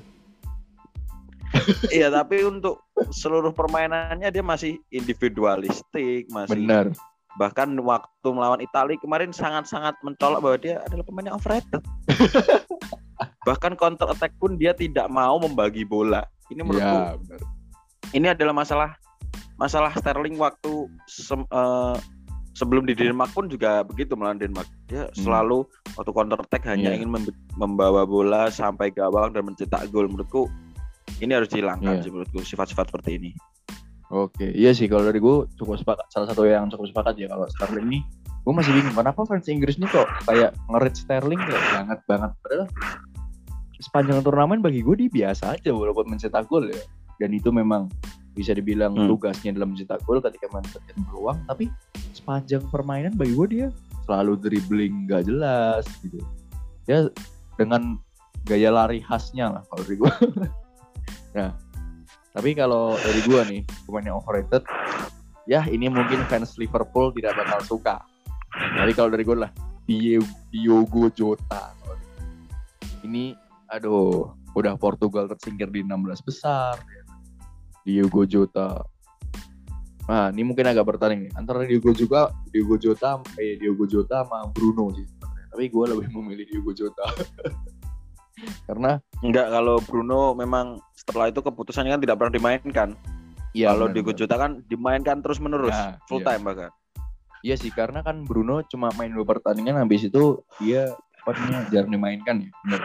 Iya, tapi untuk seluruh permainannya dia masih individualistik, masih. Benar. Bahkan waktu melawan Italia kemarin sangat-sangat mencolok bahwa dia adalah pemain yang overrated. Bahkan counter attack pun dia tidak mau membagi bola. Ini menurutku Ya, benar. ini adalah masalah masalah Sterling waktu se- uh, sebelum di Denmark pun juga begitu melawan Denmark. Dia hmm. selalu waktu counter attack hanya yeah. ingin mem- membawa bola sampai gawang dan mencetak gol. Menurutku ini harus dihilangkan yeah. sih menurutku sifat-sifat seperti ini. Oke, iya sih kalau dari gue cukup sepakat. Salah satu yang cukup sepakat ya kalau Sterling nih, gue masih bingung kenapa fans Inggris nih kok kayak nge-rate Sterling kayak banget banget. Padahal sepanjang turnamen bagi gue dia biasa aja walaupun mencetak gol ya. Dan itu memang bisa dibilang hmm. tugasnya dalam mencetak gol ketika mendapatkan peluang. Tapi sepanjang permainan bagi gue dia selalu dribbling gak jelas gitu. Ya dengan gaya lari khasnya lah kalau dari gue. Nah. Tapi kalau dari gue nih, pemain yang overrated, ya ini mungkin fans Liverpool tidak bakal suka. Tapi kalau dari gue lah, Diogo Jota. Ini, aduh, udah Portugal tersingkir di enam belas besar. Diogo Jota. Nah, ini mungkin agak bertanding nih. Antara Diogo juga, Diogo Jota, eh Diogo Jota sama Bruno sih. Tapi gue lebih memilih Diogo Jota. Karena enggak, kalau Bruno memang setelah itu keputusannya kan tidak pernah dimainkan. Ya, kalau Diogo Jota kan dimainkan terus menerus, nah, full iya. time bahkan. Iya sih, karena kan Bruno cuma main dua pertandingan, habis itu dia apa jarang dimainkan ya. Benar.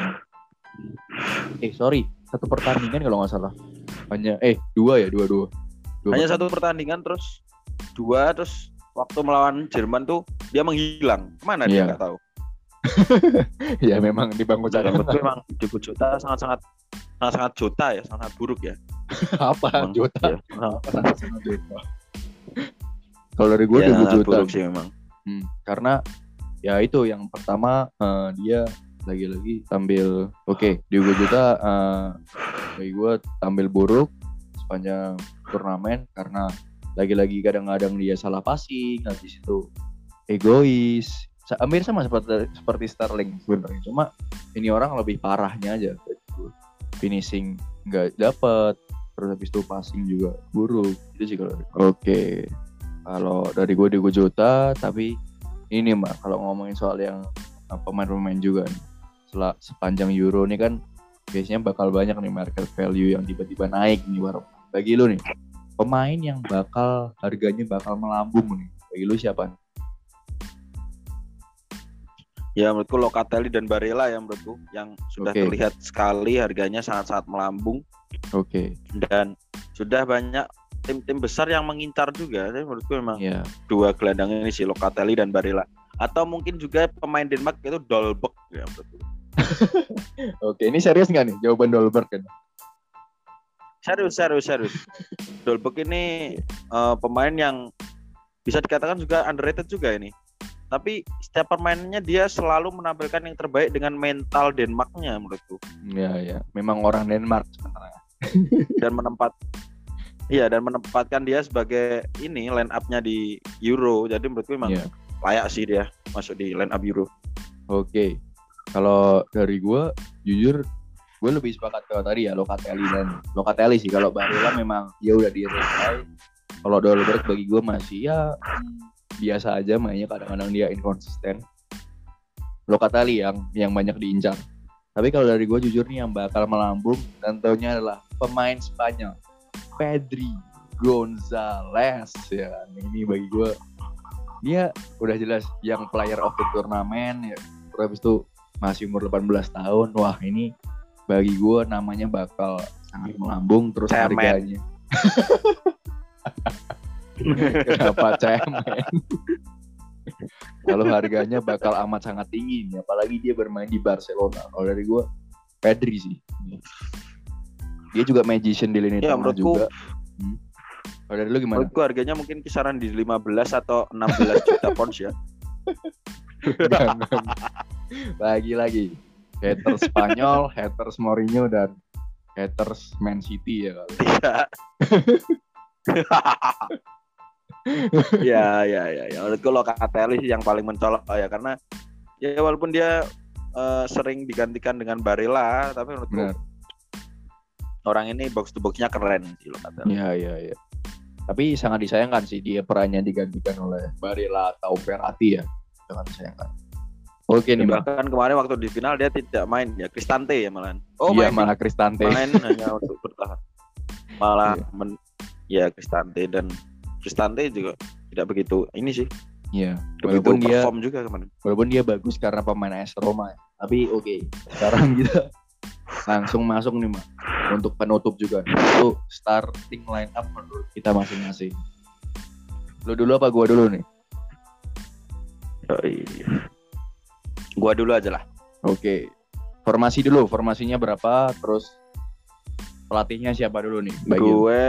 Eh sorry, satu pertandingan kalau nggak salah. Hanya eh dua ya dua dua. dua Hanya satu pertandingan terus dua terus waktu melawan Jerman tuh dia menghilang. Kemana iya. dia nggak tahu. Ya memang di bangku cadangan. Memang Diogo Jota sangat-sangat sangat-sangat Jota ya, sangat buruk ya. Apa memang, Jota? Ya. Kalau dari gue ya, Diogo Jota. Buruk sih memang. Hmm, karena ya itu yang pertama uh, dia lagi-lagi tampil oke okay, Diogo Jota uh, bagi gue tampil buruk sepanjang turnamen karena lagi-lagi kadang-kadang dia salah passing, habis itu egois, hampir sama seperti seperti Sterling sebenarnya, cuma ini orang lebih parahnya aja, finishing nggak dapet, terus habis itu passing juga buruk, itu sih kalau oke okay. Kalau dari gue Diogo Jota, tapi ini mah kalau ngomongin soal yang uh, pemain-pemain juga nih, setelah sepanjang Euro nih kan biasanya bakal banyak nih market value yang tiba-tiba naik nih baru. Bagi lu nih, pemain yang bakal harganya bakal melambung nih, bagi lu siapa nih? Ya menurutku Locatelli dan Barella ya menurutku yang sudah okay. terlihat sekali harganya sangat-sangat melambung. Oke. Okay. Dan sudah banyak tim-tim besar yang mengincar juga. Jadi menurutku memang yeah. dua gelandang ini sih, Locatelli dan Barella. Atau mungkin juga pemain Denmark itu Dolberg ya menurutku. Oke, ini serius nggak nih jawaban Dolberg kan? Serius, serius, serius. Dolberg ini uh, pemain yang bisa dikatakan juga underrated juga ini. Tapi setiap permainannya dia selalu menampilkan yang terbaik dengan mental Denmarknya menurutku. Iya, ya. Memang orang Denmark sebenarnya. Dan menempat Iya dan menempatkan dia sebagai ini line up-nya di Euro. Jadi menurutku memang yeah. layak sih dia masuk di line up Euro. Oke. Okay. Kalau dari gue jujur gue lebih sepakat ke tadi ya Locatelli dan Locatelli sih. Kalau Barella memang ya udah dia selesai. Kalau Dolberg bagi gue masih ya biasa aja mainnya, kadang-kadang dia inkonsisten. Locatelli yang yang banyak diincar. Tapi kalau dari gue jujur nih yang bakal melambung tentunya adalah pemain Spanyol. Pedri Gonzalez ya, ini bagi gue dia udah jelas yang player of the tournament ya. Terus habis itu masih umur delapan belas tahun. Wah, ini bagi gue namanya bakal sangat melambung. Terus cemen. Harganya kenapa cemen? Kalau harganya bakal amat sangat tinggi nih, apalagi dia bermain di Barcelona. Kalau dari gue Pedri sih. Dia juga magician di lini ya, tengah juga. Hmm. Kalau dari lu gimana? Menurutku harganya mungkin kisaran di lima belas atau enam belas juta pounds ya. Lagi-lagi haters Spanyol, haters Mourinho dan haters Man City ya kalau. ya, ya, ya, ya. Menurutku Locatelli sih yang paling mencolok ya, karena ya walaupun dia uh, sering digantikan dengan Barella, tapi menurutku Benar. orang ini box to box-nya keren sih Locatelli. Iya, iya, iya. Tapi sangat disayangkan sih dia perannya digantikan oleh Barella atau Verratti ya. Sangat disayangkan. Oke nih, bahkan kemarin waktu di final dia tidak main ya, Cristante ya malahan. Oh, iya, malah Cristante. Main hanya untuk bertahan. Malah yeah. men, ya Cristante dan Cristante juga tidak begitu ini sih. Iya. Walaupun dia perform juga kemarin. Walaupun dia bagus karena pemain A S Roma. Tapi oke, okay. Sekarang kita langsung masuk nih, Mak. Untuk penutup juga. Itu starting line up menurut kita masing-masing. Lu dulu apa gua dulu nih? Oh, iya. Gua dulu aja lah. Oke. Okay. Formasi dulu, formasinya berapa? Terus pelatihnya siapa dulu nih? Bagi gue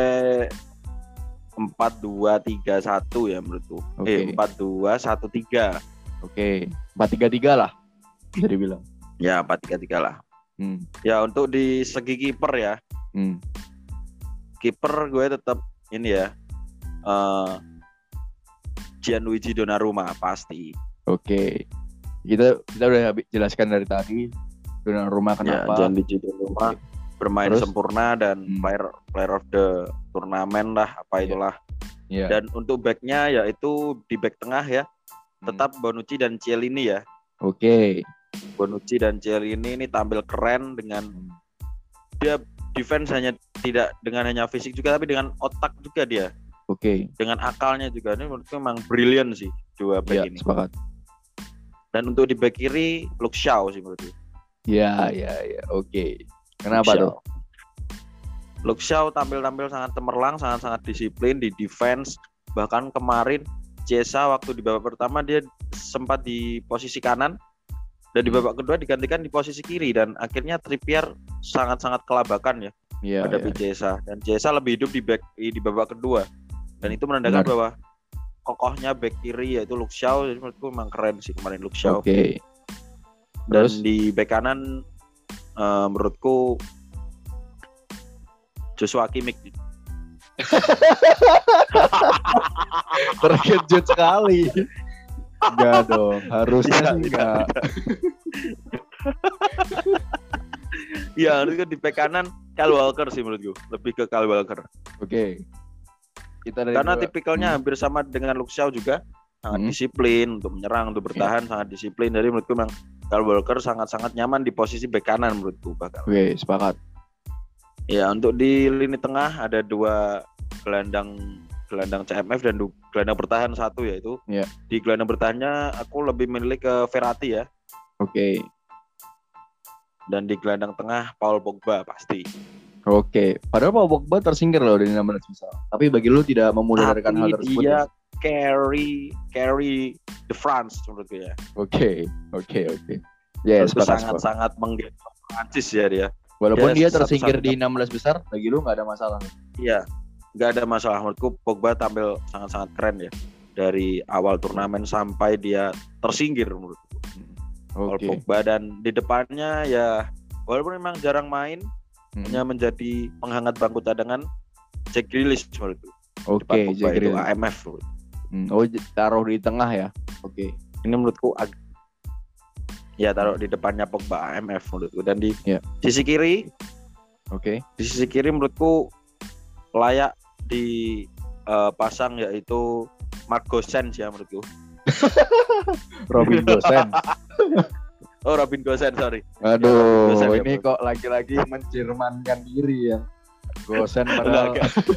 empat dua tiga satu ya menurutku. Okay. Eh empat dua satu tiga. Oke. Okay. empat tiga tiga lah. Bisa dibilang. Ya, empat tiga tiga lah. Hmm. Ya, untuk di segi kiper ya. Hmm. Kiper gue tetap ini ya. Uh, Gianluigi Donnarumma pasti. Oke. Okay. Kita kita udah jelaskan dari tadi Donnarumma kenapa. Ya, Gianluigi Donnarumma okay. bermain Terus? sempurna dan hmm. player player of the turnamen lah apa itulah. Yeah. Yeah. Dan untuk backnya yaitu di back tengah ya. Tetap hmm. Bonucci dan Chiellini ya. Oke. Okay. Bonucci dan Chiellini ini tampil keren dengan dia defense hanya tidak dengan hanya fisik juga tapi dengan otak juga dia. Oke. Okay. Dengan akalnya juga, ini menurutku memang brilian sih dua back ya, ini. Sepakat. Dan untuk di back kiri Luke Shaw sih menurutku. Ya, ya, ya. Oke. Okay. Kenapa tuh? Luke Shaw tampil-tampil sangat cemerlang, sangat-sangat disiplin di defense. Bahkan kemarin Chiesa waktu di babak pertama dia sempat di posisi kanan. Dan di babak kedua digantikan di posisi kiri dan akhirnya Trippier sangat-sangat kelabakan ya yeah, pada yeah. Chiesa dan Chiesa lebih hidup di back di babak kedua dan itu menandakan Benar. bahwa kokohnya back kiri yaitu Luke Shaw, jadi menurutku memang keren sih kemarin Luke Shaw. Oke. Okay. Dan di back kanan uh, menurutku Joshua Kimmich. Terkejut sekali. Enggak dong, harusnya sih enggak. Iya, harusnya di back kanan Kyle Walker sih menurutku, lebih ke Kyle Walker. Oke. Okay. Kita dari Karena dua. tipikalnya hmm. hampir sama dengan Luke Shaw juga, sangat hmm. disiplin untuk menyerang, untuk bertahan yeah. sangat disiplin. Jadi menurutku memang Kyle Walker sangat-sangat nyaman di posisi back kanan menurutku bakal. Oke, okay, sepakat. Ya, untuk di lini tengah ada dua gelandang gelandang C M F dan du- gelandang bertahan satu yaitu. Yeah. Di gelandang bertahannya aku lebih memilih ke Verratti ya. Oke. Okay. Dan di gelandang tengah Paul Pogba pasti. Oke, okay. Padahal Paul Pogba tersingkir loh dari enam belas besar. Tapi bagi lu tidak memudarkan hal tersebut. Dia ya? carry carry the France menurutku ya. Oke, oke, oke. Yes, sangat-sangat menggendong Prancis ya dia. Walaupun dia, dia tersingkir di enam belas besar, bagi lu nggak ada masalah. Iya, nggak ada masalah. Menurutku Pogba tampil sangat-sangat keren ya. Dari awal turnamen sampai dia tersingkir menurutku. Okay. Pogba dan di depannya ya walaupun memang jarang main, hmm. hanya menjadi penghangat bangku cadangan Jack Grealish menurutku. Oke, okay, Jack Grealish. A M F. Hmm. Oh, taruh di tengah ya. Oke. Okay. Ini menurutku ag- ya taruh di depannya Pogba A M F menurutku dan di yeah. sisi kiri. Oke. Okay. Di sisi kiri menurutku layak dipasang uh, yaitu Mark Gosens ya menurutku. Robin Gosens. Oh, Robin Gosens, sorry. Aduh, ya, Gosens, ini ya, kok lagi-lagi menjermankan diri ya. Gosens padahal.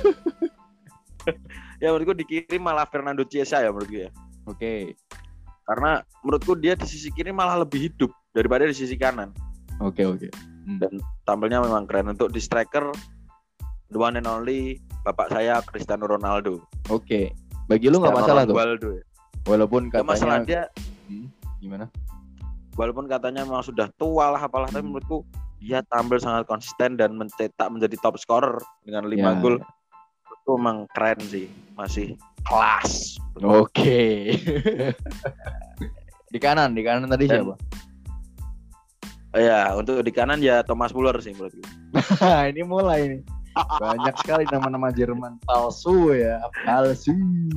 Ya menurutku di kiri malah Fernando Chiesa ya menurutku ya. Oke. Okay. Karena menurutku dia di sisi kiri malah lebih hidup daripada di sisi kanan. Oke, okay, oke. Okay. Hmm. Dan tampilnya memang keren. Untuk di striker the one and only bapak saya Cristiano Ronaldo. Oke. Okay. Bagi lu enggak masalah tuh. Ronaldo, ya. Walaupun katanya masalah dia hmm, gimana? Walaupun katanya memang sudah tua lah apalah, tapi menurutku dia tampil sangat konsisten dan mencetak menjadi top scorer dengan lima ya, gol. Ya. Itu memang keren sih, masih kelas. Oke. Okay. Di kanan, di kanan tadi dan, siapa? Ya, untuk di kanan ya Thomas Müller sih menurutku. Ini mulai nih. Banyak sekali nama-nama Jerman palsu ya, palsu.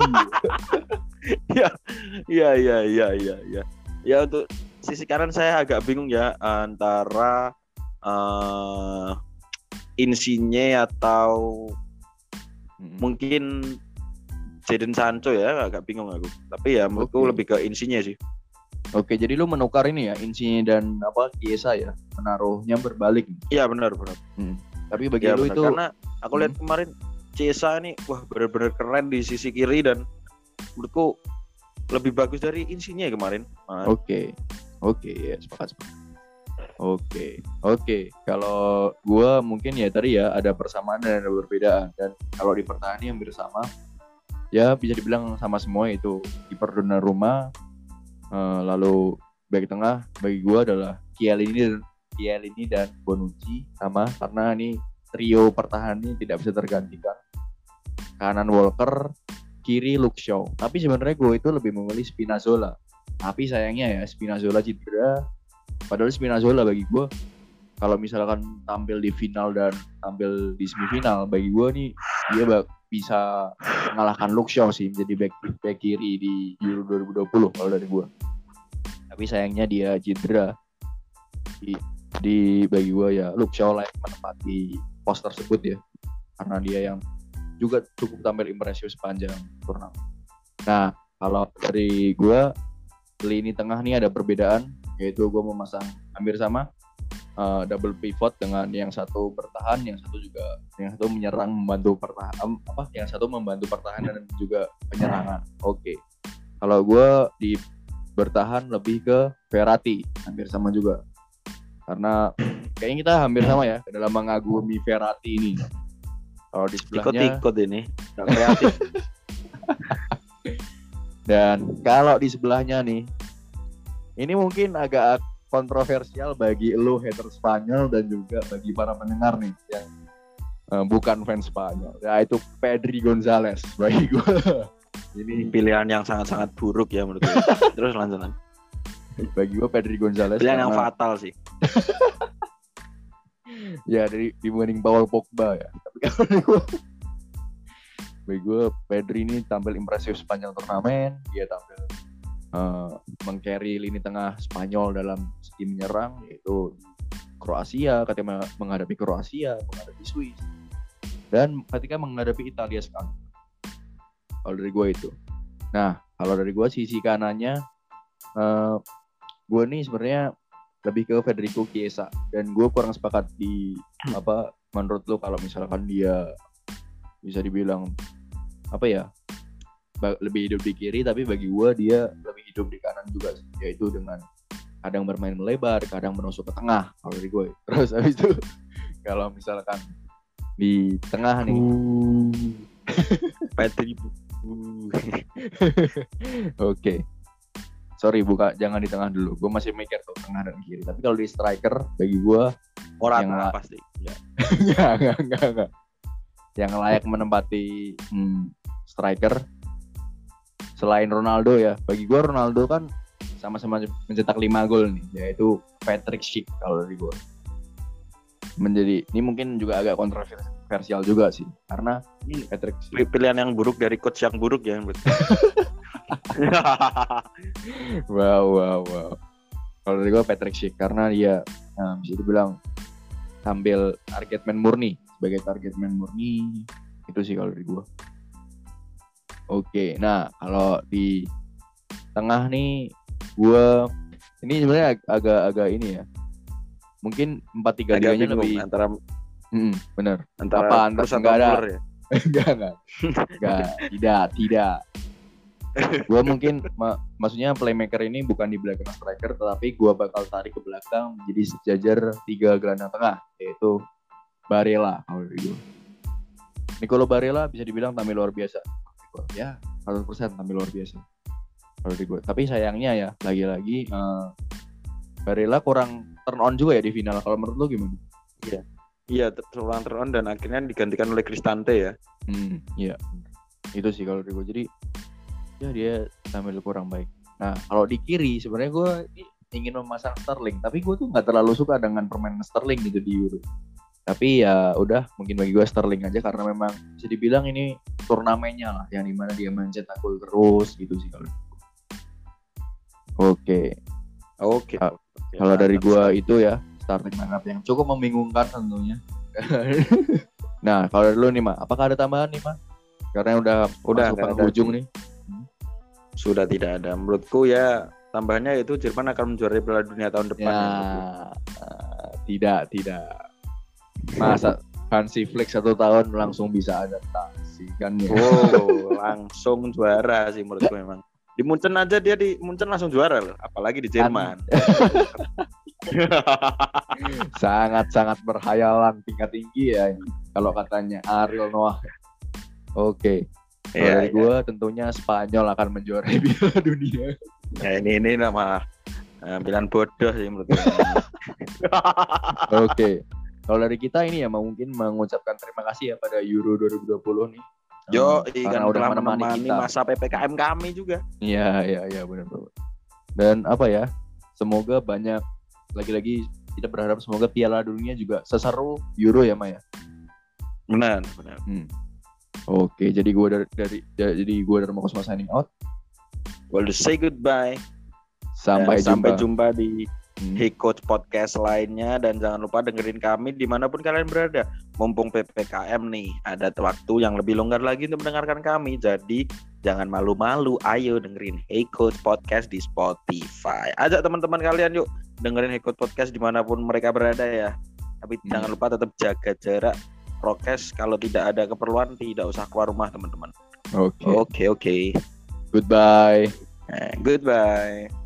Ya, ya, ya, ya, ya, ya. Ya untuk sisi kanan saya agak bingung ya antara uh, Insigne atau hmm. mungkin Jadon Sancho ya, agak bingung aku. Tapi ya menurutku okay. lebih ke Insigne sih. Oke, jadi lu menukar ini ya, Insigne dan apa Chiesa ya, menaruhnya berbalik. Iya benar benar. Hmm. Tapi bagi ya, lu benar. itu karena aku lihat hmm. kemarin Chiesa ini wah benar-benar keren di sisi kiri dan menurutku lebih bagus dari Insigne kemarin. Oke. Okay. Oke, okay, ya sepakat. Oke. Okay. Oke, okay. Kalau gua mungkin ya tadi ya ada persamaan dan ada perbedaan, dan kalau di pertahanan hampir sama. Ya bisa dibilang sama semua, itu kiper Donnarumma, uh, lalu back tengah bagi gua adalah Chiellini dan Chiellini dan Bonucci sama, karena ini trio pertahanan ini tidak bisa tergantikan. Kanan Walker, kiri Luke Shaw. Tapi sebenarnya gue itu lebih memilih Spinazzola. Tapi sayangnya ya Spinazzola cedera. Padahal Spinazzola bagi gue kalau misalkan tampil di final dan tampil di semifinal, bagi gue nih dia bak- bisa mengalahkan Luke Shaw sih, menjadi back back kiri di Euro dua ribu dua puluh kalau dari gue. Tapi sayangnya dia cedera. Di, di bagi gue ya Luke Shaw layak menempati pos tersebut ya, karena dia yang juga cukup tampil impresif sepanjang turnamen. Nah, kalau dari gue lini tengah nih ada perbedaan, yaitu gue memasang hampir sama uh, double pivot dengan yang satu bertahan, yang satu juga yang satu menyerang membantu pertahanan um, apa yang satu membantu pertahanan dan juga penyerangan. Oke. Okay. Kalau gue di bertahan lebih ke Verratti, hampir sama juga. Karena kayaknya kita hampir sama ya dalam mengagumi Verratti ini. Kalau di sebelahnya ikut-ikut ini, nggak kreatif. Dan kalau di sebelahnya nih, ini mungkin agak kontroversial bagi lo hater Spanyol dan juga bagi para pendengar nih yang uh, bukan fans Spanyol. Yaitu Pedri Gonzalez bagi gue. Ini pilihan yang sangat-sangat buruk ya menurut gue. Terus lanjut lanjut. Bagi gue Pedri Gonzalez pilihan yang karena- fatal sih. ya dari dibanding Paul Pogba ya. Tapi kalau dari gue, bagi gue Pedri ini tampil impresif sepanjang turnamen. Dia tampil uh, meng-carry lini tengah Spanyol dalam segi menyerang, yaitu Kroasia ketika menghadapi Kroasia, menghadapi Swiss, dan ketika menghadapi Italia sekarang. Kalau dari gue itu. Nah, kalau dari gue sisi kanannya, uh, gue nih sebenarnya lebih ke Federico Chiesa, dan gue kurang sepakat di apa menurut lo kalau misalkan dia bisa dibilang apa ya ba- lebih hidup di kiri, tapi bagi gue dia lebih hidup di kanan juga, yaitu dengan kadang bermain melebar, kadang menusuk ke tengah kalau dari gue. Terus habis itu kalau misalkan di tengah nih, Pedri. Oke. Sorry buka, jangan di tengah dulu. Gue masih mikir tuh tengah dan kiri. Tapi kalau di striker bagi gue Morata yang la- pasti. Ya. enggak, enggak, enggak, enggak. Yang layak menempati hmm, striker selain Ronaldo ya. Bagi gue Ronaldo kan sama-sama mencetak lima gol nih, yaitu Patrick Schick kalau dari gue. Menjadi ini mungkin juga agak kontroversial juga sih, karena Ini Patrick Schick pilihan yang buruk dari coach yang buruk ya menurut. wow wow wow. Kalau dari gue Patrick Schick karena dia nah, bisa dibilang tampil target man murni, sebagai target man murni itu sih kalau dari gue. Oke, nah kalau di tengah nih gue ini sebenarnya ag- agak-agak ini ya. Mungkin empat tiga Agak tiganya bingung lebih antara hmm, bener. antara Apa, antara- Kroos atau enggak ada. Muller ya. enggak enggak. Enggak, tidak, tidak. Gue mungkin ma- maksudnya playmaker ini bukan di belakang striker, tetapi gue bakal tarik ke belakang jadi sejajar tiga gelandang tengah, yaitu Barella kalau dari gue. Nicolo Barella bisa dibilang tampil luar biasa. Ya, seratus persen tampil luar biasa kalau dari gue. Tapi sayangnya ya, lagi-lagi uh, Barella kurang turn on juga ya di final. Kalau menurut lo gimana? Iya, terulang teron dan akhirnya digantikan oleh Cristante ya. Hmm, iya. Itu sih kalau dari gue. Jadi ya dia tampil kurang baik. Nah, kalau di kiri sebenarnya gue ingin memasang Sterling, tapi gue tuh nggak terlalu suka dengan permainan Sterling gitu di Euro. Tapi ya udah, mungkin bagi gue Sterling aja karena memang bisa dibilang ini turnamennya lah, yang dimana dia mencetak gol terus gitu sih kalau. Oke. Oke. Ah, Oke, Kalau dari mantap gue sekali. itu ya starting lineup yang cukup membingungkan tentunya. Nah, kalau dari lu nih, Ma, apakah ada tambahan nih, Ma? Karena udah Udah, masuk nggak ada penghujung sih. nih. Sudah tidak ada. Menurutku ya tambahannya itu Jerman akan menjuarai Piala Dunia tahun depan. Ya, Ya, uh, tidak, tidak. Masa Hansi Flick satu tahun langsung bisa adaptasi kan ya? oh, langsung juara sih menurutku memang. Di Munchen aja dia di Munchen langsung juara loh, apalagi di Jerman. Sangat-sangat berhayalan tingkat tinggi ya ini. Kalau katanya Ariel Noah. Oke. Kalau Iya, dari iya. gue tentunya Spanyol akan menjuarai Piala Dunia. Ya ini ini nama uh, pilihan bodoh sih menurutku. Oke. Kalau dari kita ini ya mungkin mengucapkan terima kasih ya pada Euro dua ribu dua puluh nih. Yo, Eh, kan karena udah telah menemani menemani kita. masa P P K M kami juga. Iya, iya, iya benar benar. Dan apa ya? Semoga banyak lagi-lagi kita berharap semoga Piala Dunia juga seseru Euro ya, Maya. Benar, benar. Hmm. Oke, jadi gue dari, dari jadi gue dari Marcos signing out. Well, say goodbye. Sampai Dan sampai jumpa. jumpa di Hmm. Hey Coach Podcast lainnya, dan jangan lupa dengerin kami dimanapun kalian berada. Mumpung P P K M nih, ada waktu yang lebih longgar lagi untuk mendengarkan kami. Jadi jangan malu-malu, ayo dengerin Hey Coach Podcast di Spotify. Ajak teman-teman kalian yuk dengerin Hey Coach Podcast dimanapun mereka berada ya. Tapi Hmm. jangan lupa tetap jaga jarak, prokes. Kalau tidak ada keperluan tidak usah keluar rumah teman-teman. Oke. Oke oke. Goodbye. Eh, Goodbye.